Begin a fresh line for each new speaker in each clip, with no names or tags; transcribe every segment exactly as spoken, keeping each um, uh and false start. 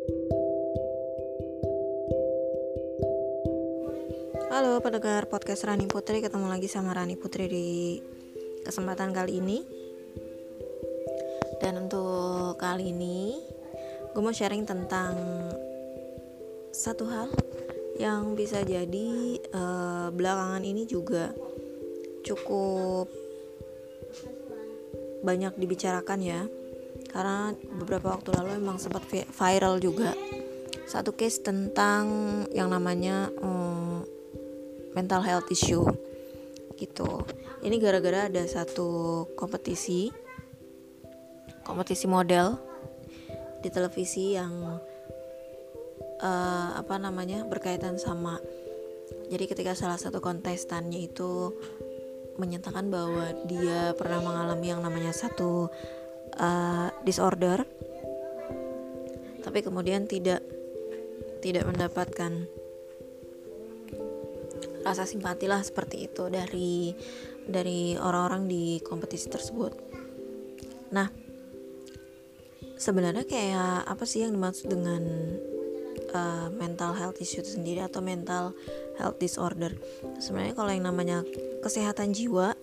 Halo pendengar podcast Rani Putri, ketemu lagi sama Rani Putri di kesempatan kali ini. Dan untuk kali ini gue mau sharing tentang satu hal yang bisa jadi eh, belakangan ini juga cukup banyak dibicarakan ya, karena beberapa waktu lalu emang sempat viral juga satu case tentang yang namanya um, mental health issue gitu. Ini gara-gara ada satu kompetisi kompetisi model di televisi yang uh, apa namanya berkaitan sama, jadi ketika salah satu kontestannya itu menyatakan bahwa dia pernah mengalami yang namanya satu uh, disorder, tapi kemudian tidak tidak mendapatkan rasa simpati lah seperti itu dari dari orang-orang di kompetisi tersebut. Nah, sebenarnya kayak apa sih yang dimaksud dengan uh, mental health issue itu sendiri atau mental health disorder? Sebenarnya kalau yang namanya kesehatan jiwa,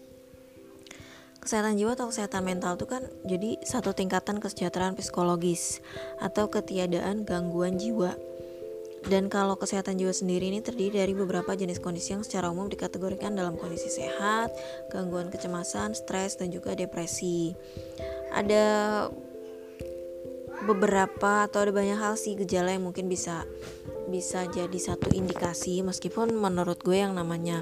kesehatan jiwa atau kesehatan mental itu kan jadi satu tingkatan kesejahteraan psikologis atau ketiadaan gangguan jiwa. Dan kalau kesehatan jiwa sendiri ini terdiri dari beberapa jenis kondisi yang secara umum dikategorikan dalam kondisi sehat, gangguan kecemasan, stres, dan juga depresi. Ada beberapa atau ada banyak hal sih gejala yang mungkin bisa bisa jadi satu indikasi, meskipun menurut gue yang namanya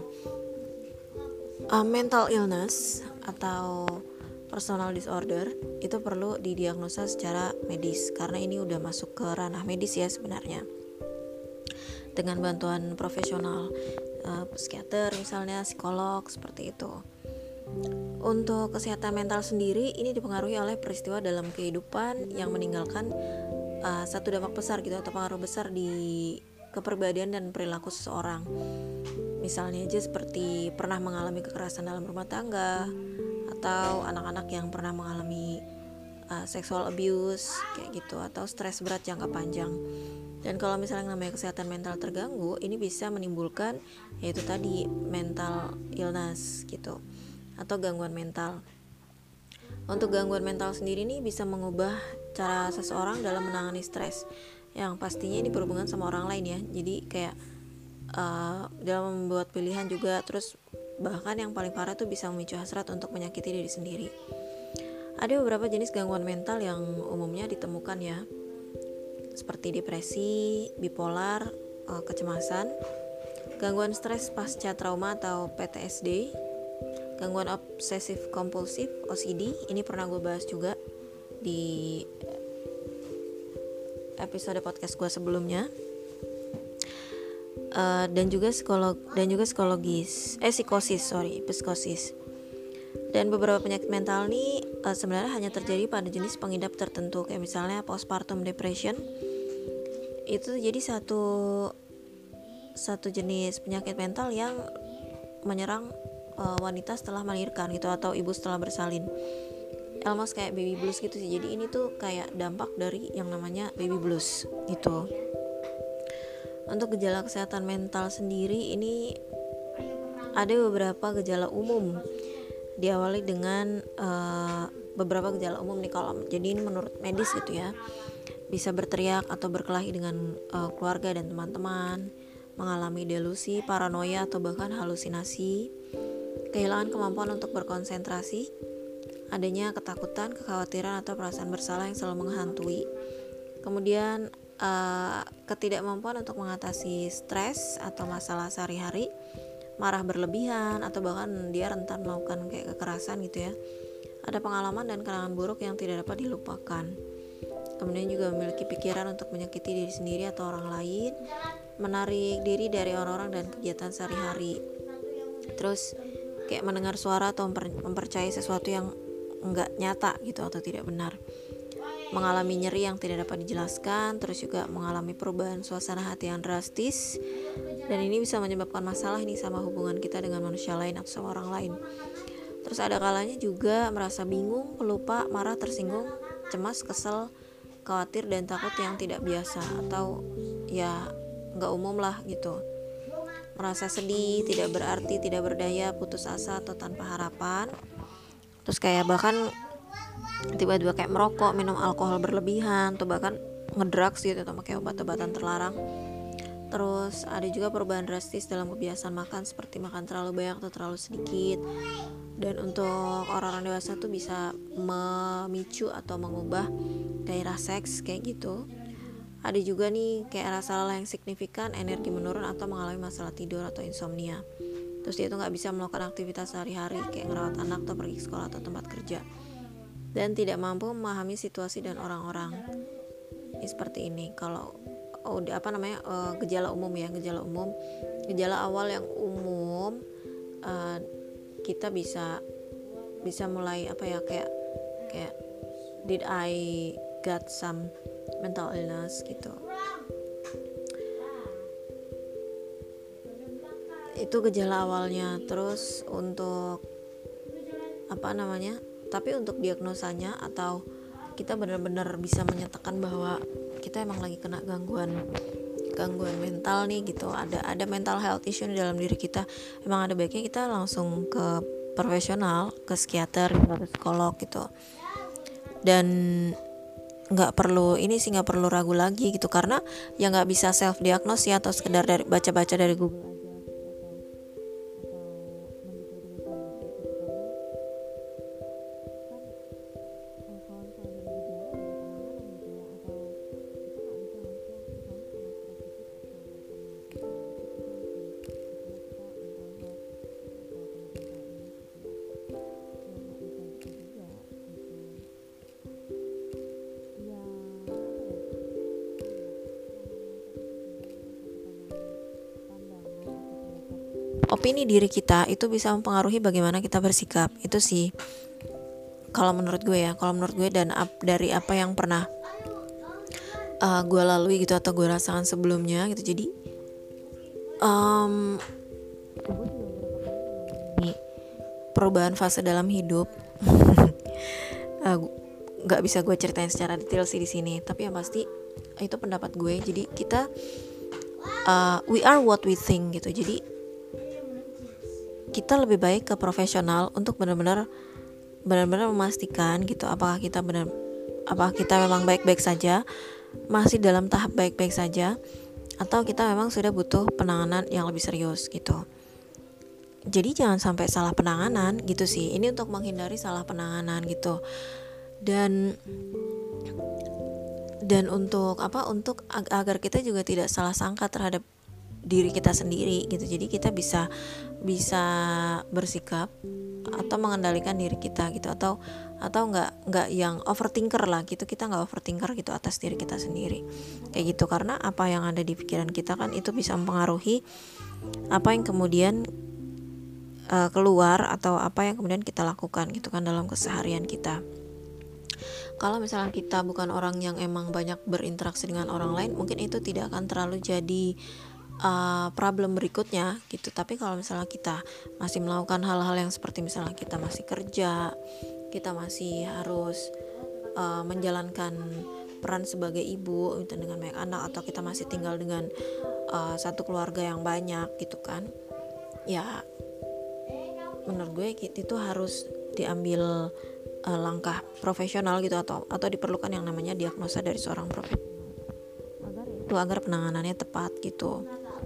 uh, mental illness atau personal disorder itu perlu didiagnosa secara medis, karena ini udah masuk ke ranah medis ya sebenarnya, dengan bantuan profesional, uh, psikiater misalnya, psikolog, seperti itu. Untuk kesehatan mental sendiri ini dipengaruhi oleh peristiwa dalam kehidupan yang meninggalkan uh, satu dampak besar gitu atau pengaruh besar di kepribadian dan perilaku seseorang. Misalnya aja seperti pernah mengalami kekerasan dalam rumah tangga, atau anak-anak yang pernah mengalami uh, sexual abuse kayak gitu, atau stres berat jangka panjang. Dan kalau misalnya namanya kesehatan mental terganggu, ini bisa menimbulkan yaitu tadi mental illness gitu, atau gangguan mental. Untuk gangguan mental sendiri ini bisa mengubah cara seseorang dalam menangani stres, yang pastinya ini berhubungan sama orang lain ya. Jadi kayak uh, dalam membuat pilihan juga, terus bahkan yang paling parah tuh bisa memicu hasrat untuk menyakiti diri sendiri. Ada beberapa jenis gangguan mental yang umumnya ditemukan ya, seperti depresi, bipolar, kecemasan, gangguan stres pasca trauma atau P T S D, gangguan obsesif kompulsif O C D. Ini pernah gue bahas juga di episode podcast gue sebelumnya. Uh, dan juga psikolog dan juga psikologis, eh psikosis, sorry, psikosis. Dan beberapa penyakit mental ini uh, sebenarnya hanya terjadi pada jenis pengidap tertentu, kayak misalnya postpartum depression. Itu jadi satu satu jenis penyakit mental yang menyerang uh, wanita setelah melahirkan gitu, atau ibu setelah bersalin, almost kayak baby blues gitu sih. Jadi ini tuh kayak dampak dari yang namanya baby blues gitu. Untuk gejala kesehatan mental sendiri ini ada beberapa gejala umum, diawali dengan uh, beberapa gejala umum nih kalau jadi ini menurut medis gitu ya. Bisa berteriak atau berkelahi dengan uh, keluarga dan teman-teman, mengalami delusi, paranoia atau bahkan halusinasi, kehilangan kemampuan untuk berkonsentrasi, adanya ketakutan, kekhawatiran atau perasaan bersalah yang selalu menghantui, kemudian uh, ketidakmampuan untuk mengatasi stres atau masalah sehari-hari, marah berlebihan atau bahkan dia rentan melakukan kayak kekerasan gitu ya. Ada pengalaman dan kenangan buruk yang tidak dapat dilupakan. Kemudian juga memiliki pikiran untuk menyakiti diri sendiri atau orang lain, menarik diri dari orang-orang dan kegiatan sehari-hari. Terus kayak mendengar suara atau memper- mempercayai sesuatu yang enggak nyata gitu atau tidak benar. Mengalami nyeri yang tidak dapat dijelaskan, terus juga mengalami perubahan suasana hati yang drastis. Dan ini bisa menyebabkan masalah ini sama hubungan kita dengan manusia lain atau sama orang lain. Terus ada kalanya juga merasa bingung, pelupa, marah, tersinggung, cemas, kesel, khawatir dan takut yang tidak biasa atau ya nggak umum lah gitu. Merasa sedih, tidak berarti, tidak berdaya, putus asa atau tanpa harapan. Terus kayak bahkan tiba-tiba kayak merokok, minum alkohol berlebihan, atau bahkan ngedrugs gitu atau pakai obat-obatan terlarang. Terus ada juga perubahan drastis dalam kebiasaan makan seperti makan terlalu banyak atau terlalu sedikit. Dan untuk orang-orang dewasa tuh bisa memicu atau mengubah gairah seks kayak gitu. Ada juga nih kayak rasa lelah yang signifikan, energi menurun atau mengalami masalah tidur atau insomnia. Terus dia tuh nggak bisa melakukan aktivitas sehari-hari kayak ngerawat anak atau pergi ke sekolah atau tempat kerja. Dan tidak mampu memahami situasi dan orang-orang. Ini seperti ini. Kalau oh, apa namanya uh, gejala umum ya, gejala umum, gejala awal yang umum uh, kita bisa bisa mulai apa ya kayak kayak did I got some mental illness gitu. Itu gejala awalnya. Terus untuk apa namanya? Tapi untuk diagnosanya atau kita benar-benar bisa menyatakan bahwa kita emang lagi kena gangguan gangguan mental nih gitu, ada ada mental health issue di dalam diri kita, emang ada baiknya kita langsung ke profesional, ke psikiater atau psikolog gitu. Dan nggak perlu ini sih nggak perlu ragu lagi gitu, karena ya nggak bisa self diagnose ya atau sekedar dari baca-baca dari Google aja. Opini diri kita itu bisa mempengaruhi bagaimana kita bersikap. Itu sih kalau menurut gue ya, kalau menurut gue dan ap, dari apa yang pernah uh, gue lalui gitu atau gue rasakan sebelumnya gitu. Jadi um, perubahan fase dalam hidup uh, gak bisa gue ceritain secara detail sih di sini, tapi yang pasti itu pendapat gue. Jadi kita uh, we are what we think gitu. Jadi kita lebih baik ke profesional untuk benar-benar benar-benar memastikan gitu apakah kita benar apakah kita memang baik-baik saja, masih dalam tahap baik-baik saja, atau kita memang sudah butuh penanganan yang lebih serius gitu. Jadi jangan sampai salah penanganan gitu sih. Ini untuk menghindari salah penanganan gitu. Dan dan untuk apa? Untuk ag- agar kita juga tidak salah sangka terhadap diri kita sendiri gitu. Jadi kita bisa bisa bersikap atau mengendalikan diri kita gitu, atau atau nggak nggak yang overthinker lah gitu. Kita nggak overthinker gitu atas diri kita sendiri kayak gitu, karena apa yang ada di pikiran kita kan itu bisa mempengaruhi apa yang kemudian uh, keluar atau apa yang kemudian kita lakukan gitu kan dalam keseharian kita. Kalau misalnya kita bukan orang yang emang banyak berinteraksi dengan orang lain, mungkin itu tidak akan terlalu jadi Uh, problem berikutnya gitu. Tapi kalau misalnya kita masih melakukan hal-hal yang seperti misalnya kita masih kerja, kita masih harus uh, menjalankan peran sebagai ibu gitu, dengan banyak anak, atau kita masih tinggal dengan uh, satu keluarga yang banyak gitu kan, ya menurut gue itu harus diambil uh, langkah profesional gitu, atau atau diperlukan yang namanya diagnosa dari seorang profesional agar itu agar penanganannya tepat gitu.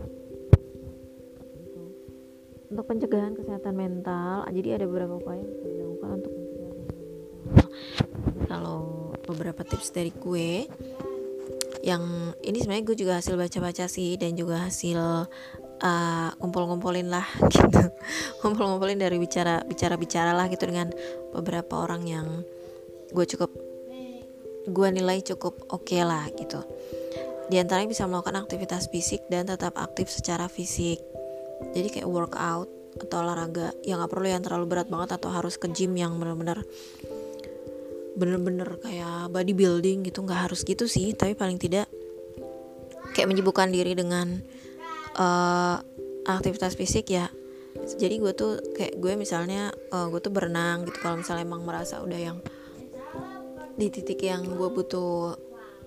Untuk pencegahan kesehatan mental, jadi ada beberapa upaya yang bisa dilakukan untuk mencegah gangguan mental. Kalau beberapa tips dari gue, yang ini sebenarnya gue juga hasil baca-baca sih, dan juga hasil uh, ngumpul-ngumpulin lah gitu, ngumpul-ngumpulin dari bicara bicara-bicara lah gitu dengan beberapa orang yang gue cukup gue nilai cukup oke okay lah gitu. Di antaranya bisa melakukan aktivitas fisik dan tetap aktif secara fisik. Jadi kayak workout atau olahraga yang gak perlu yang terlalu berat banget atau harus ke gym yang benar-benar benar-benar kayak bodybuilding gitu, gak harus gitu sih, tapi paling tidak kayak menyibukkan diri dengan uh, aktivitas fisik ya. Jadi gue tuh kayak gue misalnya uh, gue tuh berenang gitu kalau misalnya emang merasa udah yang di titik yang gue butuh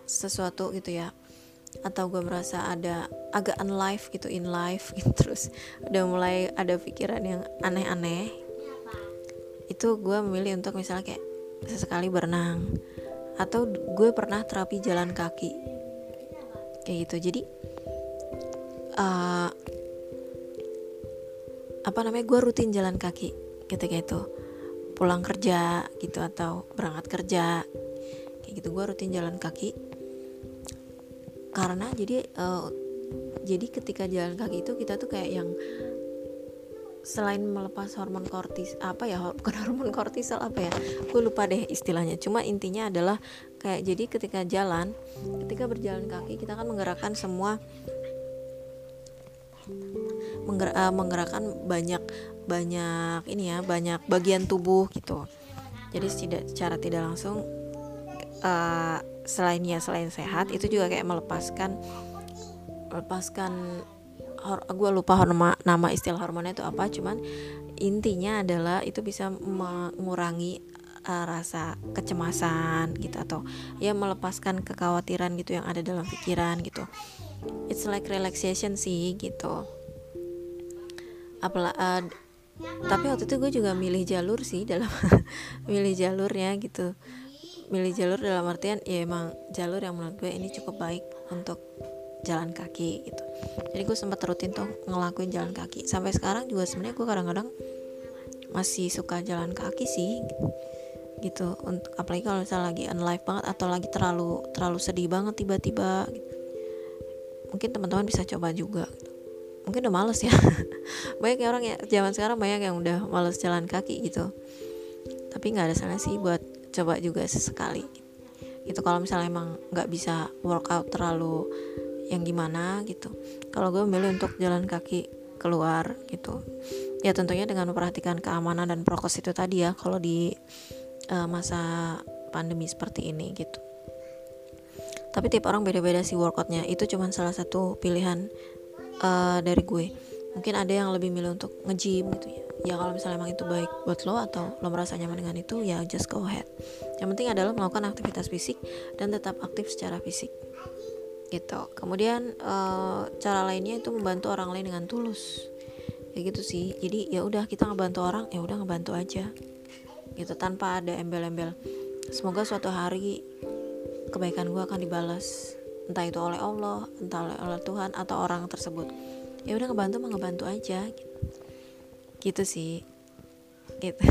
sesuatu gitu ya, atau gue merasa ada agak unlife gitu, in life gitu, terus udah mulai ada pikiran yang aneh-aneh, itu gue memilih untuk misalnya kayak sesekali berenang, atau gue pernah terapi jalan kaki kayak gitu. Jadi uh, apa namanya gue rutin jalan kaki gitu kayak itu, pulang kerja gitu atau berangkat kerja kayak gitu, gue rutin jalan kaki. Karena jadi uh, jadi ketika jalan kaki itu kita tuh kayak yang selain melepas hormon kortis apa ya bukan hormon kortisol apa ya, gue lupa deh istilahnya, cuma intinya adalah kayak jadi ketika jalan, ketika berjalan kaki kita kan menggerakkan semua mengger- uh, menggerakkan banyak banyak ini ya, banyak bagian tubuh gitu. Jadi tidak secara tidak langsung uh, selain ya selain sehat itu juga kayak melepaskan melepaskan gue lupa horma, nama istilah hormonnya itu apa, cuman intinya adalah itu bisa mengurangi uh, rasa kecemasan gitu, atau ya melepaskan kekhawatiran gitu yang ada dalam pikiran gitu. It's like relaxation sih gitu. Apalagi uh, tapi waktu itu gue juga milih jalur sih dalam milih jalurnya gitu, milih jalur dalam artian ya emang jalur yang menurut gue ini cukup baik untuk jalan kaki gitu. Jadi gue sempat rutin tuh ngelakuin jalan kaki. Sampai sekarang juga sebenarnya gue kadang-kadang masih suka jalan kaki sih gitu. Untuk apalagi kalau misalnya lagi unlife banget atau lagi terlalu terlalu sedih banget tiba-tiba gitu. Mungkin teman-teman bisa coba juga gitu. Mungkin udah males ya banyak ya orang ya zaman sekarang, banyak yang udah males jalan kaki gitu. Tapi nggak ada salahnya sih buat coba juga sesekali gitu. Kalau misalnya emang nggak bisa workout terlalu yang gimana gitu, kalau gue memilih untuk jalan kaki keluar gitu ya, tentunya dengan memperhatikan keamanan dan prokes itu tadi ya, kalau di uh, masa pandemi seperti ini gitu. Tapi tiap orang beda-beda sih workoutnya, itu cuma salah satu pilihan uh, dari gue. Mungkin ada yang lebih milih untuk nge-gym gitu ya, ya kalau misalnya emang itu baik buat lo atau lo merasa nyaman dengan itu ya just go ahead. Yang penting adalah melakukan aktivitas fisik dan tetap aktif secara fisik gitu. Kemudian uh, cara lainnya itu membantu orang lain dengan tulus kayak gitu sih. Jadi ya udah, kita ngebantu orang ya udah ngebantu aja gitu, tanpa ada embel-embel semoga suatu hari kebaikan gue akan dibalas, entah itu oleh Allah, entah oleh, oleh Tuhan atau orang tersebut. Ya udah ngebantu mah ngebantu aja gitu, gitu sih gitu.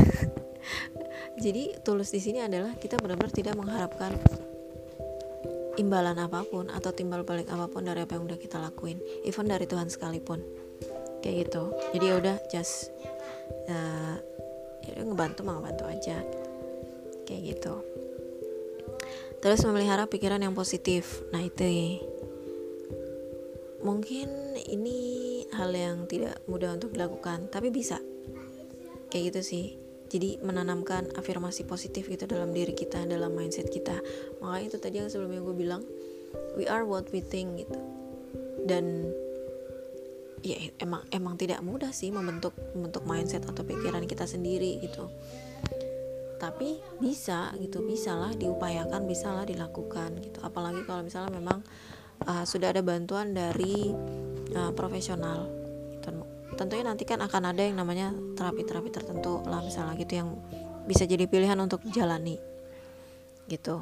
Jadi tulus di sini adalah kita benar-benar tidak mengharapkan imbalan apapun atau timbal balik apapun dari apa yang udah kita lakuin, even dari Tuhan sekalipun kayak gitu. Jadi ya udah just uh, ya udah ngebantu mah ngebantu aja kayak gitu. Terus memelihara pikiran yang positif. Nah itu ya, mungkin ini hal yang tidak mudah untuk dilakukan, tapi bisa kayak gitu sih. Jadi menanamkan afirmasi positif gitu dalam diri kita, dalam mindset kita. Makanya itu tadi yang sebelumnya gue bilang, we are what we think gitu. Dan ya emang emang tidak mudah sih membentuk membentuk mindset atau pikiran kita sendiri gitu. Tapi bisa gitu, bisalah diupayakan, bisalah dilakukan gitu. Apalagi kalau misalnya memang uh, sudah ada bantuan dari uh, profesional gitu. Tentunya nanti kan akan ada yang namanya terapi-terapi tertentu lah misalnya gitu, yang bisa jadi pilihan untuk dijalani gitu.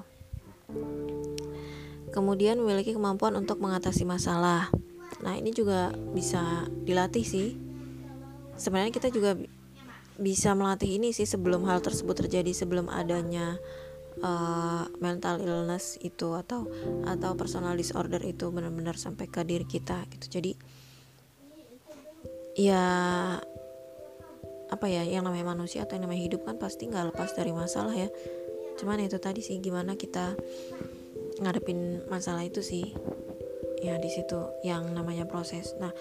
Kemudian memiliki kemampuan untuk mengatasi masalah. Nah ini juga bisa dilatih sih. Sebenarnya kita juga bisa melatih ini sih sebelum hal tersebut terjadi, sebelum adanya uh, mental illness itu atau atau personal disorder itu benar-benar sampai ke diri kita gitu. Jadi ya apa ya, yang namanya manusia atau yang namanya hidup kan pasti nggak lepas dari masalah ya. Cuman itu tadi sih, gimana kita ngadepin masalah itu sih ya, di situ yang namanya proses. Nah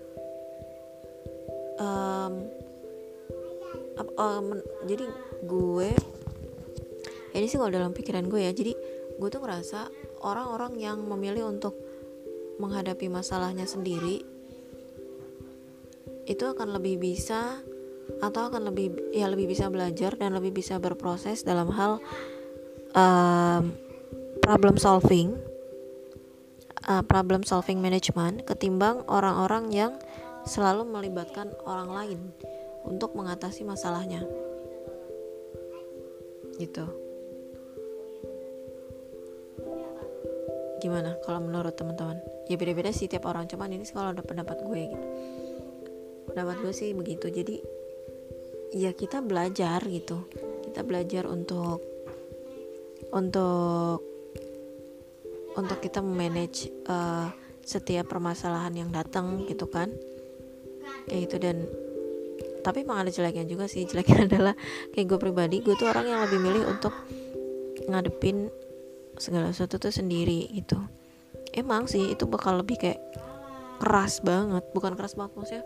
um, um, jadi gue ini sih kalau dalam pikiran gue ya, jadi gue tuh ngerasa orang-orang yang memilih untuk menghadapi masalahnya sendiri itu akan lebih bisa atau akan lebih ya lebih bisa belajar dan lebih bisa berproses dalam hal um, problem solving uh, problem solving management ketimbang orang-orang yang selalu melibatkan orang lain untuk mengatasi masalahnya gitu. Gimana kalau menurut teman-teman? Ya beda-beda sih tiap orang, cuman ini kalau ada pendapat gue gitu. Pendapat gue sih begitu. Jadi ya kita belajar gitu. Kita belajar untuk untuk untuk kita memanage uh, setiap permasalahan yang datang gitu kan. Kayak gitu. Dan tapi emang ada jeleknya juga sih. Jeleknya adalah kayak gue pribadi, gue tuh orang yang lebih milih untuk ngadepin segala sesuatu tuh sendiri gitu. Emang sih itu bakal lebih kayak keras banget, bukan keras banget maksudnya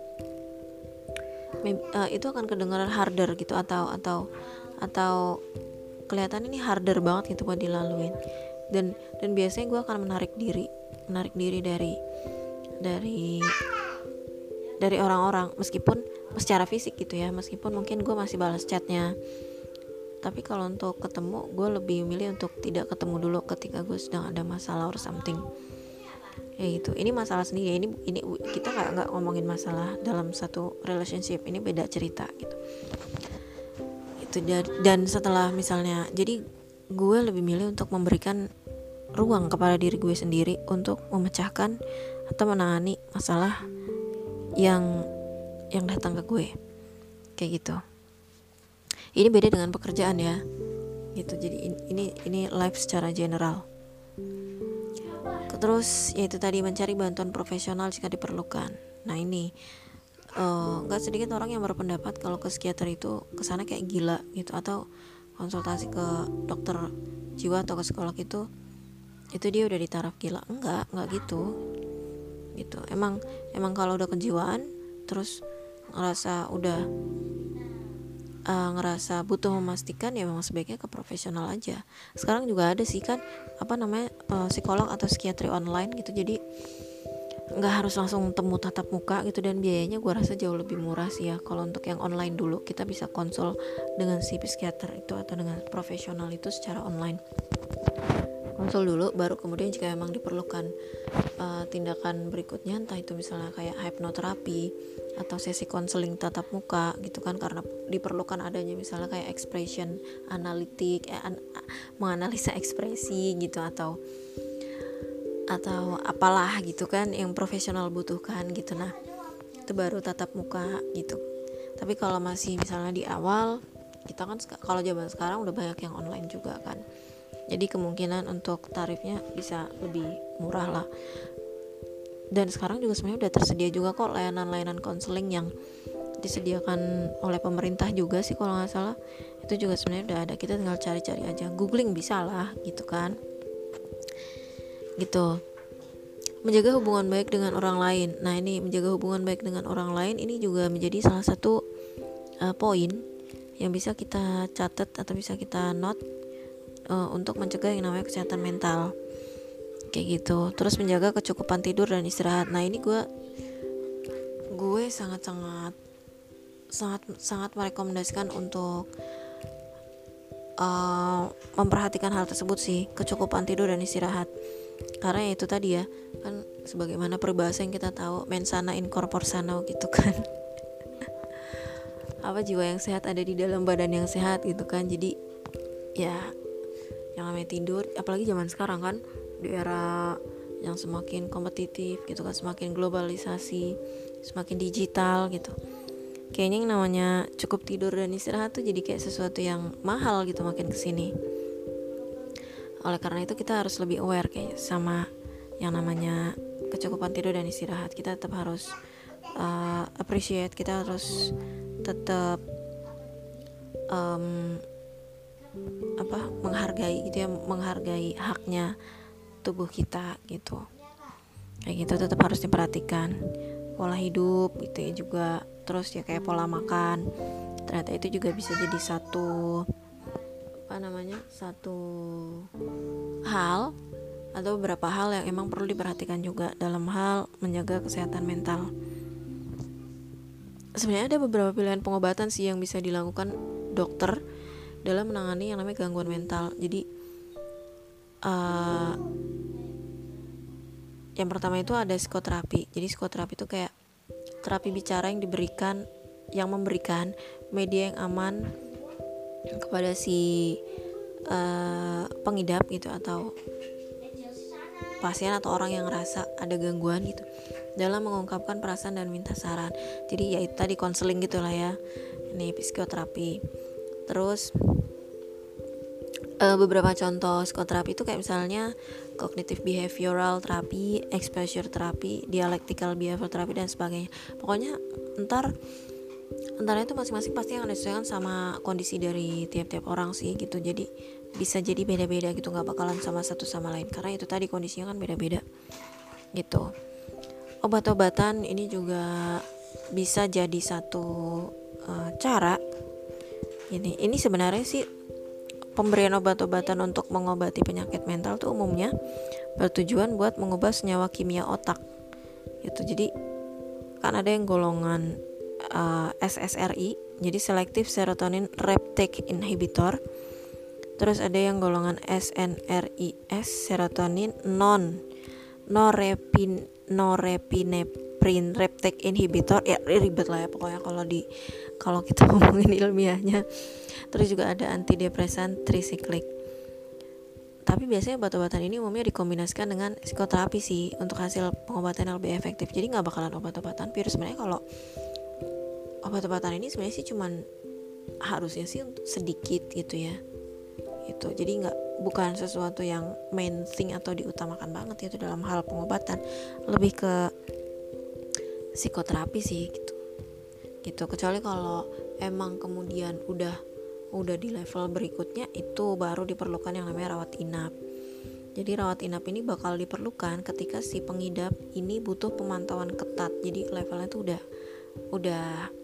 uh, itu akan kedengaran harder gitu, atau atau atau kelihatan ini harder banget gitu buat dilaluin. Dan dan biasanya gue akan menarik diri, menarik diri dari dari dari orang-orang, meskipun secara fisik gitu ya, meskipun mungkin gue masih balas chatnya, tapi kalau untuk ketemu gue lebih milih untuk tidak ketemu dulu ketika gue sedang ada masalah or something kayak gitu. Ini masalah sendiri, ini ini kita nggak nggak ngomongin masalah dalam satu relationship, ini beda cerita gitu. Itu dan setelah misalnya, jadi gue lebih milih untuk memberikan ruang kepada diri gue sendiri untuk memecahkan atau menangani masalah yang yang datang ke gue kayak gitu. Ini beda dengan pekerjaan ya gitu. Jadi ini ini life secara general. Terus yaitu tadi mencari bantuan profesional jika diperlukan. Nah ini uh, gak sedikit orang yang berpendapat kalau ke psikiater itu kesana kayak gila gitu, atau konsultasi ke dokter jiwa atau ke psikolog itu itu dia udah di taraf gila. Enggak, enggak gitu gitu. Emang emang kalau udah kejiwaan terus ngerasa udah uh, ngerasa butuh memastikan, ya memang sebaiknya ke profesional aja. Sekarang juga ada sih kan apa namanya uh, psikolog atau psikiatri online gitu, jadi nggak harus langsung temu tatap muka gitu, dan biayanya gue rasa jauh lebih murah sih ya. Kalau untuk yang online dulu kita bisa konsul dengan si psikiater itu atau dengan profesional itu secara online, konsul dulu, baru kemudian jika memang diperlukan uh, tindakan berikutnya, entah itu misalnya kayak hipnoterapi atau sesi konseling tatap muka gitu kan, karena diperlukan adanya misalnya kayak expression analitik, eh, an- menganalisa ekspresi gitu, atau atau apalah gitu kan yang profesional butuhkan gitu. Nah itu baru tatap muka gitu. Tapi kalau masih misalnya di awal, kita kan kalau zaman sekarang udah banyak yang online juga kan, jadi kemungkinan untuk tarifnya bisa lebih murah lah. Dan sekarang juga sebenarnya udah tersedia juga kok layanan-layanan konseling yang disediakan oleh pemerintah juga sih kalau nggak salah. Itu juga sebenarnya udah ada, kita tinggal cari-cari aja, googling bisa lah gitu kan gitu. Menjaga hubungan baik dengan orang lain. Nah ini menjaga hubungan baik dengan orang lain ini juga menjadi salah satu uh, poin yang bisa kita catat atau bisa kita note uh, untuk mencegah yang namanya kesehatan mental kayak gitu. Terus menjaga kecukupan tidur dan istirahat. Nah ini gue gue sangat sangat sangat sangat merekomendasikan untuk uh, memperhatikan hal tersebut sih, kecukupan tidur dan istirahat. Karena ya itu tadi ya kan, sebagaimana peribahasa yang kita tahu, mens sana in corpore sano gitu kan. Apa, jiwa yang sehat ada di dalam badan yang sehat gitu kan. Jadi ya yang namanya tidur, apalagi zaman sekarang kan di era yang semakin kompetitif gitu kan, semakin globalisasi, semakin digital gitu, kayaknya yang namanya cukup tidur dan istirahat tuh jadi kayak sesuatu yang mahal gitu makin kesini. Oleh karena itu kita harus lebih aware kayak sama yang namanya kecukupan tidur dan istirahat. Kita tetap harus uh, appreciate, kita harus tetap um, apa menghargai gitu ya, menghargai haknya tubuh kita gitu. Kayak gitu tetap harus diperhatikan. Pola hidup gitu ya juga, terus ya kayak pola makan. Ternyata itu juga bisa jadi satu apa namanya? satu hal atau beberapa hal yang emang perlu diperhatikan juga dalam hal menjaga kesehatan mental. Sebenarnya ada beberapa pilihan pengobatan sih yang bisa dilakukan dokter dalam menangani yang namanya gangguan mental. Jadi uh, Yang pertama itu ada psikoterapi. Jadi psikoterapi itu kayak terapi bicara yang diberikan, yang memberikan media yang aman kepada si uh, pengidap gitu, atau pasien atau orang yang ngerasa ada gangguan gitu, dalam mengungkapkan perasaan dan minta saran. Jadi ya itu tadi konseling gitulah ya, ini psikoterapi. Terus uh, beberapa contoh psikoterapi itu kayak misalnya cognitive behavioral therapy, exposure therapy, dialectical behavior therapy, dan sebagainya. Pokoknya ntar entarnya itu masing-masing pasti akan disesuaikan sama kondisi dari tiap-tiap orang sih gitu. Jadi bisa jadi beda-beda gitu, nggak bakalan sama satu sama lain karena itu tadi kondisinya kan beda-beda gitu. Obat-obatan ini juga bisa jadi satu uh, cara. Ini ini sebenarnya sih pemberian obat-obatan untuk mengobati penyakit mental tuh umumnya bertujuan buat mengubah senyawa kimia otak gitu. Jadi kan ada yang golongan uh, S S R I, jadi selective serotonin reuptake inhibitor. Terus ada yang golongan S N R I S, serotonin non norepin norepinephrine reuptake inhibitor. Ya ribet lah ya pokoknya kalau di kalau kita ngomongin ilmiahnya. Terus juga ada antidepresan tricyclic. Tapi biasanya obat-obatan ini umumnya dikombinasikan dengan psikoterapi sih untuk hasil pengobatan yang lebih efektif. Jadi nggak bakalan obat-obatan pure. Sebenarnya kalau obat-obatan ini sebenarnya sih cuman harusnya sih untuk sedikit gitu ya. Itu jadi nggak bukan sesuatu yang main thing atau diutamakan banget itu dalam hal pengobatan. Lebih ke psikoterapi sih gitu. Gitu. Kecuali kalau emang kemudian udah udah di level berikutnya, itu baru diperlukan yang namanya rawat inap. Jadi rawat inap ini bakal diperlukan ketika si pengidap ini butuh pemantauan ketat. Jadi levelnya tuh udah udah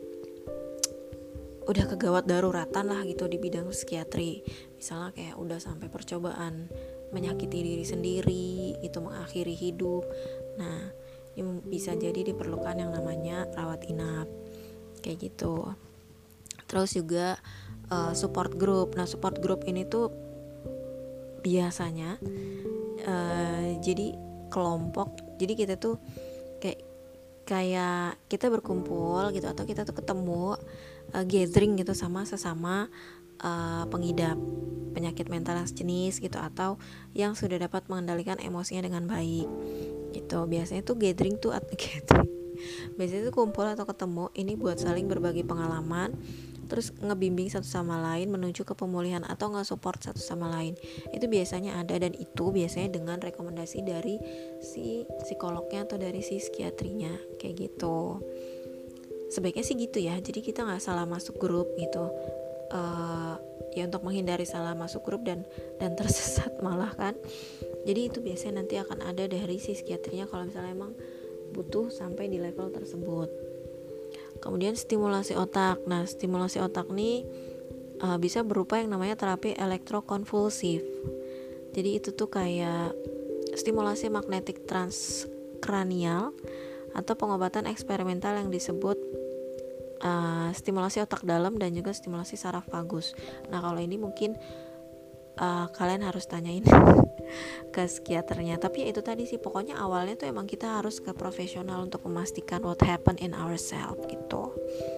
udah kegawat daruratan lah gitu di bidang psikiatri. Misalnya kayak udah sampai percobaan menyakiti diri sendiri, itu mengakhiri hidup. Nah, ini bisa jadi diperlukan yang namanya rawat inap kayak gitu. Terus juga uh, support group. Nah, support group ini tuh biasanya uh, jadi kelompok. Jadi kita tuh kayak kayak kita berkumpul gitu, atau kita tuh ketemu uh, gathering gitu sama sesama uh, pengidap penyakit mental yang sejenis gitu, atau yang sudah dapat mengendalikan emosinya dengan baik gitu. Biasanya tuh gathering tuh atau gathering biasanya tuh kumpul atau ketemu ini buat saling berbagi pengalaman, terus ngebimbing satu sama lain menuju ke pemulihan atau nge-support satu sama lain. Itu biasanya ada, dan itu biasanya dengan rekomendasi dari si psikolognya atau dari si psikiatrinya kayak gitu. Sebaiknya sih gitu ya. Jadi kita nggak salah masuk grup gitu. Uh, ya untuk menghindari salah masuk grup dan dan tersesat malah kan. Jadi itu biasanya nanti akan ada dari si psikiatrinya kalau misalnya emang butuh sampai di level tersebut. Kemudian stimulasi otak. Nah, stimulasi otak nih uh, bisa berupa yang namanya terapi elektrokonvulsif. Jadi itu tuh kayak stimulasi magnetik transkranial atau pengobatan eksperimental yang disebut uh, stimulasi otak dalam dan juga stimulasi saraf vagus. Nah, kalau ini mungkin uh, kalian harus tanyain ke psikiaternya. Tapi ya itu tadi sih, pokoknya awalnya tuh emang kita harus ke profesional untuk memastikan what happened in ourselves gitu.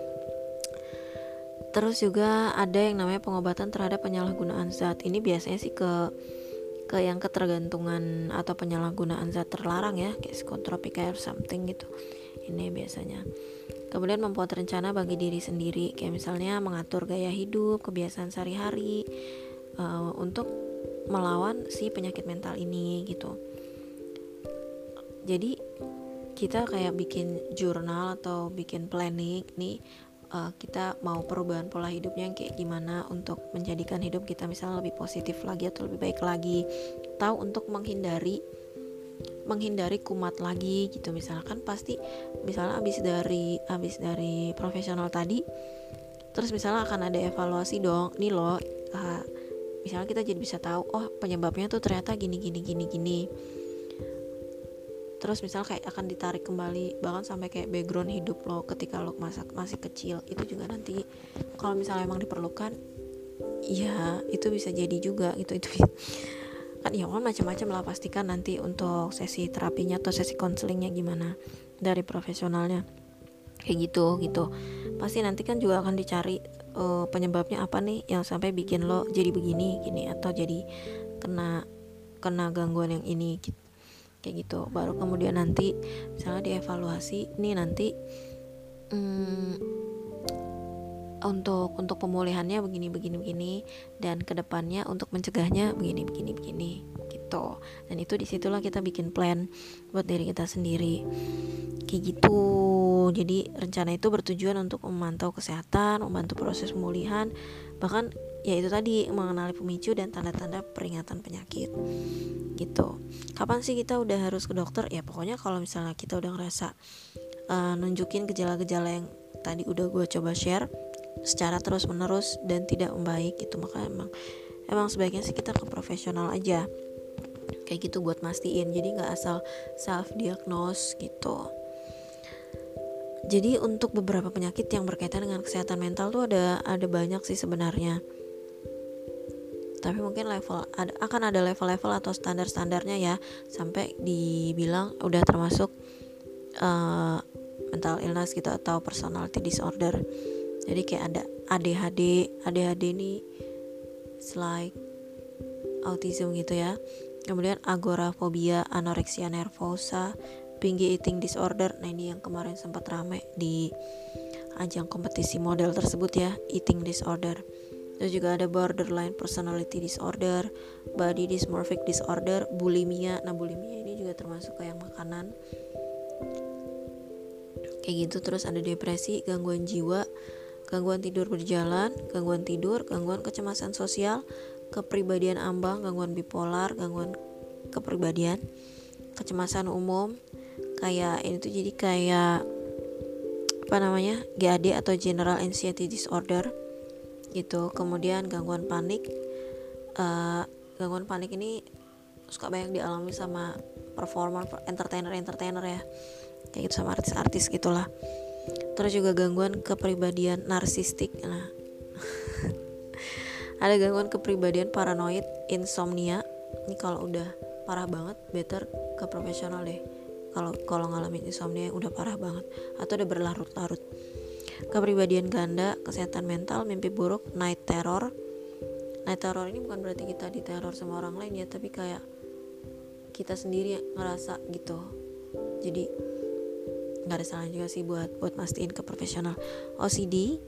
Terus juga ada yang namanya pengobatan terhadap penyalahgunaan zat. Ini biasanya sih ke ke yang ketergantungan atau penyalahgunaan zat terlarang ya, kayak psikotropika or something gitu. Ini biasanya. Kemudian membuat rencana bagi diri sendiri, kayak misalnya mengatur gaya hidup, kebiasaan sehari-hari uh, untuk melawan si penyakit mental ini gitu. Jadi kita kayak bikin jurnal atau bikin planning nih, uh, kita mau perubahan pola hidupnya yang kayak gimana untuk menjadikan hidup kita misalnya lebih positif lagi atau lebih baik lagi, tahu untuk menghindari menghindari kumat lagi gitu. Misalkan pasti misalnya abis dari abis dari profesional tadi, terus misalnya akan ada evaluasi dong nih loh, uh, misalnya kita jadi bisa tahu oh penyebabnya tuh ternyata gini gini gini gini. Terus misalnya kayak akan ditarik kembali bahkan sampai kayak background hidup lo ketika lo masa, masih kecil. Itu juga nanti kalau misalnya emang diperlukan, ya itu bisa jadi juga gitu. Itu kan ya kan macam-macam lah, pastikan nanti untuk sesi terapinya atau sesi konselingnya gimana dari profesionalnya kayak gitu gitu. Pasti nanti kan juga akan dicari uh, penyebabnya apa nih yang sampai bikin lo jadi begini gini atau jadi kena kena gangguan yang ini gitu. Kayak gitu. Baru kemudian nanti misalnya dievaluasi nih nanti hmm, untuk untuk pemulihannya begini begini begini dan kedepannya untuk mencegahnya begini begini begini gitu. Dan itu disitulah kita bikin plan buat diri kita sendiri kayak gitu. Jadi rencana itu bertujuan untuk memantau kesehatan, membantu proses pemulihan, bahkan ya itu tadi mengenali pemicu dan tanda-tanda peringatan penyakit gitu. Kapan sih kita udah harus ke dokter? Ya pokoknya kalau misalnya kita udah ngerasa uh, nunjukin gejala-gejala yang tadi udah gue coba share secara terus menerus dan tidak membaik gitu, maka emang emang sebaiknya sih kita ke profesional aja kayak gitu buat mastiin, jadi nggak asal self diagnose gitu. Jadi untuk beberapa penyakit yang berkaitan dengan kesehatan mental tuh ada ada banyak sih sebenarnya, tapi mungkin level ada, akan ada level-level atau standar-standarnya ya, sampai dibilang udah termasuk uh, mental illness gitu atau personality disorder. Jadi kayak ada A D H D, A D H D ini like autism gitu ya. Kemudian agorafobia, anoreksia nervosa, binge eating disorder. Nah ini yang kemarin sempat rame di ajang kompetisi model tersebut ya, eating disorder. Terus juga ada borderline personality disorder, body dysmorphic disorder, bulimia. Nah bulimia ini juga termasuk kayak makanan kayak gitu. Terus ada depresi, gangguan jiwa, gangguan tidur berjalan, gangguan tidur, gangguan kecemasan sosial, kepribadian ambang, gangguan bipolar, gangguan kepribadian, kecemasan umum, kayak ini tuh jadi kayak apa namanya G A D atau General Anxiety Disorder gitu. Kemudian gangguan panik, uh, gangguan panik ini suka banyak dialami sama performer, entertainer, entertainer ya, kayak gitu, sama artis-artis gitulah. Terus juga gangguan kepribadian narsistik. Nah, ada gangguan kepribadian paranoid, insomnia. Ini kalau udah parah banget, better ke profesional deh. Kalau kalau ngalamin insomnia yang udah parah banget atau udah berlarut-larut. Kepribadian ganda, kesehatan mental, mimpi buruk, night terror. Night terror ini bukan berarti kita diteror sama orang lain ya, tapi kayak kita sendiri yang ngerasa gitu. Jadi nggak ada salah juga sih buat buat mastiin ke profesional. O C D,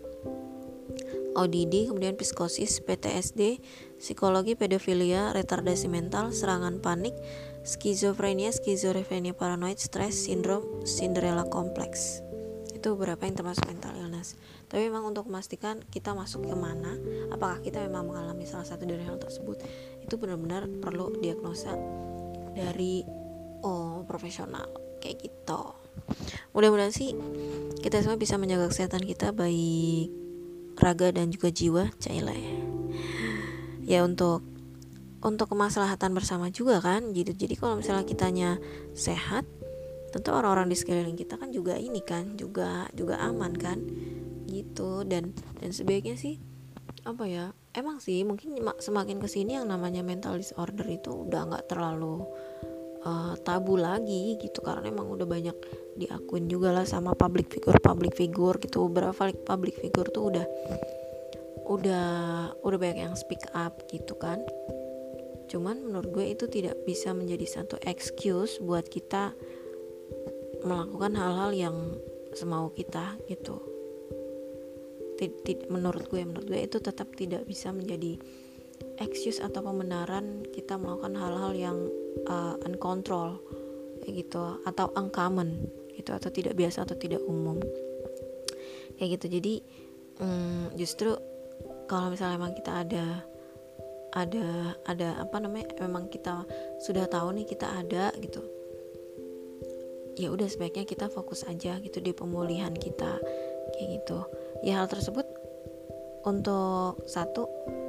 O D D, kemudian psikosis, P T S D, psikologi, pedofilia, retardasi mental, serangan panik, skizofrenia, skizofrenia paranoid, stres, sindrom, Cinderella complex. Itu beberapa yang termasuk mental illness. Tapi memang untuk memastikan kita masuk ke mana, apakah kita memang mengalami salah satu dari hal tersebut, itu benar-benar perlu diagnosa dari oh profesional kayak gitu. Mudah-mudahan sih kita semua bisa menjaga kesehatan kita, baik raga dan juga jiwa, caile. Ya untuk untuk kemaslahatan bersama juga kan. Jadi jadi kalau misalnya kitanya sehat, tentu orang-orang di sekeliling kita kan juga ini kan, juga juga aman kan. Gitu. Dan dan sebaiknya sih apa ya? Emang sih mungkin semakin kesini yang namanya mental disorder itu udah nggak terlalu Uh, tabu lagi gitu, karena emang udah banyak diakuin juga lah sama public figure public figure gitu. Beberapa public figure tuh udah udah udah banyak yang speak up gitu kan. Cuman menurut gue itu tidak bisa menjadi satu excuse buat kita melakukan hal-hal yang semau kita gitu. Tid- tid- menurut gue menurut gue itu tetap tidak bisa menjadi excuse atau pembenaran kita melakukan hal-hal yang uh, uncontrol kayak gitu, atau uncommon gitu, atau tidak biasa atau tidak umum kayak gitu. Jadi um, justru kalau misalnya memang kita ada ada ada apa namanya memang kita sudah tahu nih kita ada gitu, ya udah sebaiknya kita fokus aja gitu di pemulihan kita kayak gitu. Ya hal tersebut untuk satu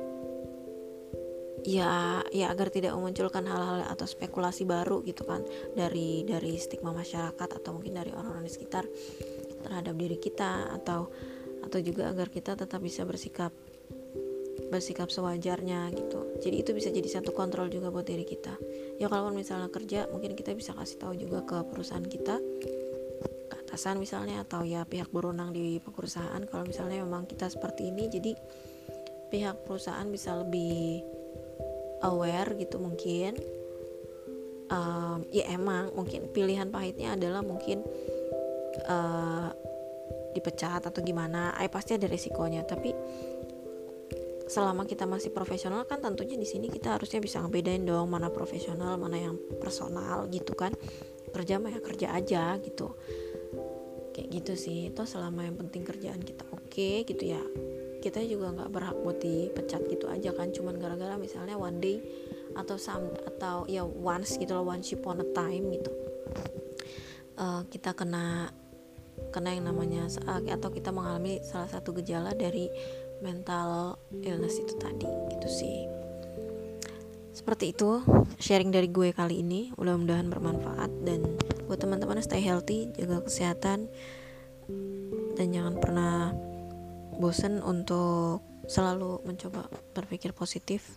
ya ya agar tidak memunculkan hal-hal atau spekulasi baru gitu kan dari dari stigma masyarakat atau mungkin dari orang-orang di sekitar terhadap diri kita, atau atau juga agar kita tetap bisa bersikap bersikap sewajarnya gitu. Jadi itu bisa jadi satu kontrol juga buat diri kita. Ya kalau misalnya kerja, mungkin kita bisa kasih tahu juga ke perusahaan kita, ke atasan misalnya, atau ya pihak berwenang di perusahaan kalau misalnya memang kita seperti ini. Jadi pihak perusahaan bisa lebih aware gitu mungkin. Um, ya emang mungkin pilihan pahitnya adalah mungkin uh, dipecat atau gimana. Ay pasti ada resikonya, tapi selama kita masih profesional kan tentunya di sini kita harusnya bisa ngebedain dong mana profesional mana yang personal gitu kan. Kerja mah ya kerja aja gitu, kayak gitu sih. Itu selama yang penting kerjaan kita oke okay, gitu ya, kita juga nggak berhak buat dipecat gitu aja kan, cuman gara-gara misalnya one day atau some atau ya once gitu loh, once upon a time gitu, uh, kita kena kena yang namanya atau kita mengalami salah satu gejala dari mental illness itu tadi gitu sih. Seperti itu sharing dari gue kali ini, mudah-mudahan bermanfaat. Dan buat teman-teman stay healthy, jaga kesehatan, dan jangan pernah bosan untuk selalu mencoba berpikir positif.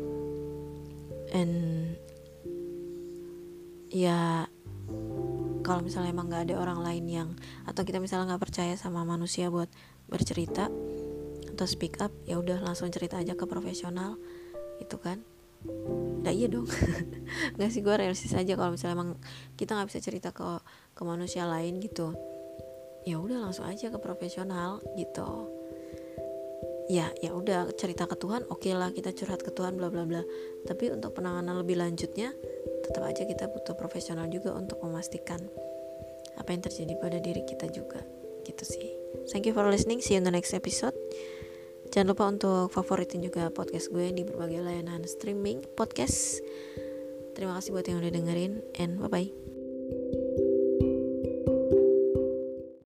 And ya kalau misalnya emang nggak ada orang lain yang, atau kita misalnya nggak percaya sama manusia buat bercerita atau speak up, ya udah langsung cerita aja ke profesional gitu kan. Nah iya dong. Nggak sih, gue realistis aja kalau misalnya emang kita nggak bisa cerita ke ke manusia lain gitu, ya udah langsung aja ke profesional gitu. Ya ya udah cerita ke Tuhan, oke okay lah kita curhat ke Tuhan bla bla bla. Tapi untuk penanganan lebih lanjutnya tetap aja kita butuh profesional juga untuk memastikan apa yang terjadi pada diri kita juga gitu sih. Thank you for listening, see you in the next episode. Jangan lupa untuk favoritin juga podcast gue di berbagai layanan streaming podcast. Terima kasih buat yang udah dengerin, and bye bye.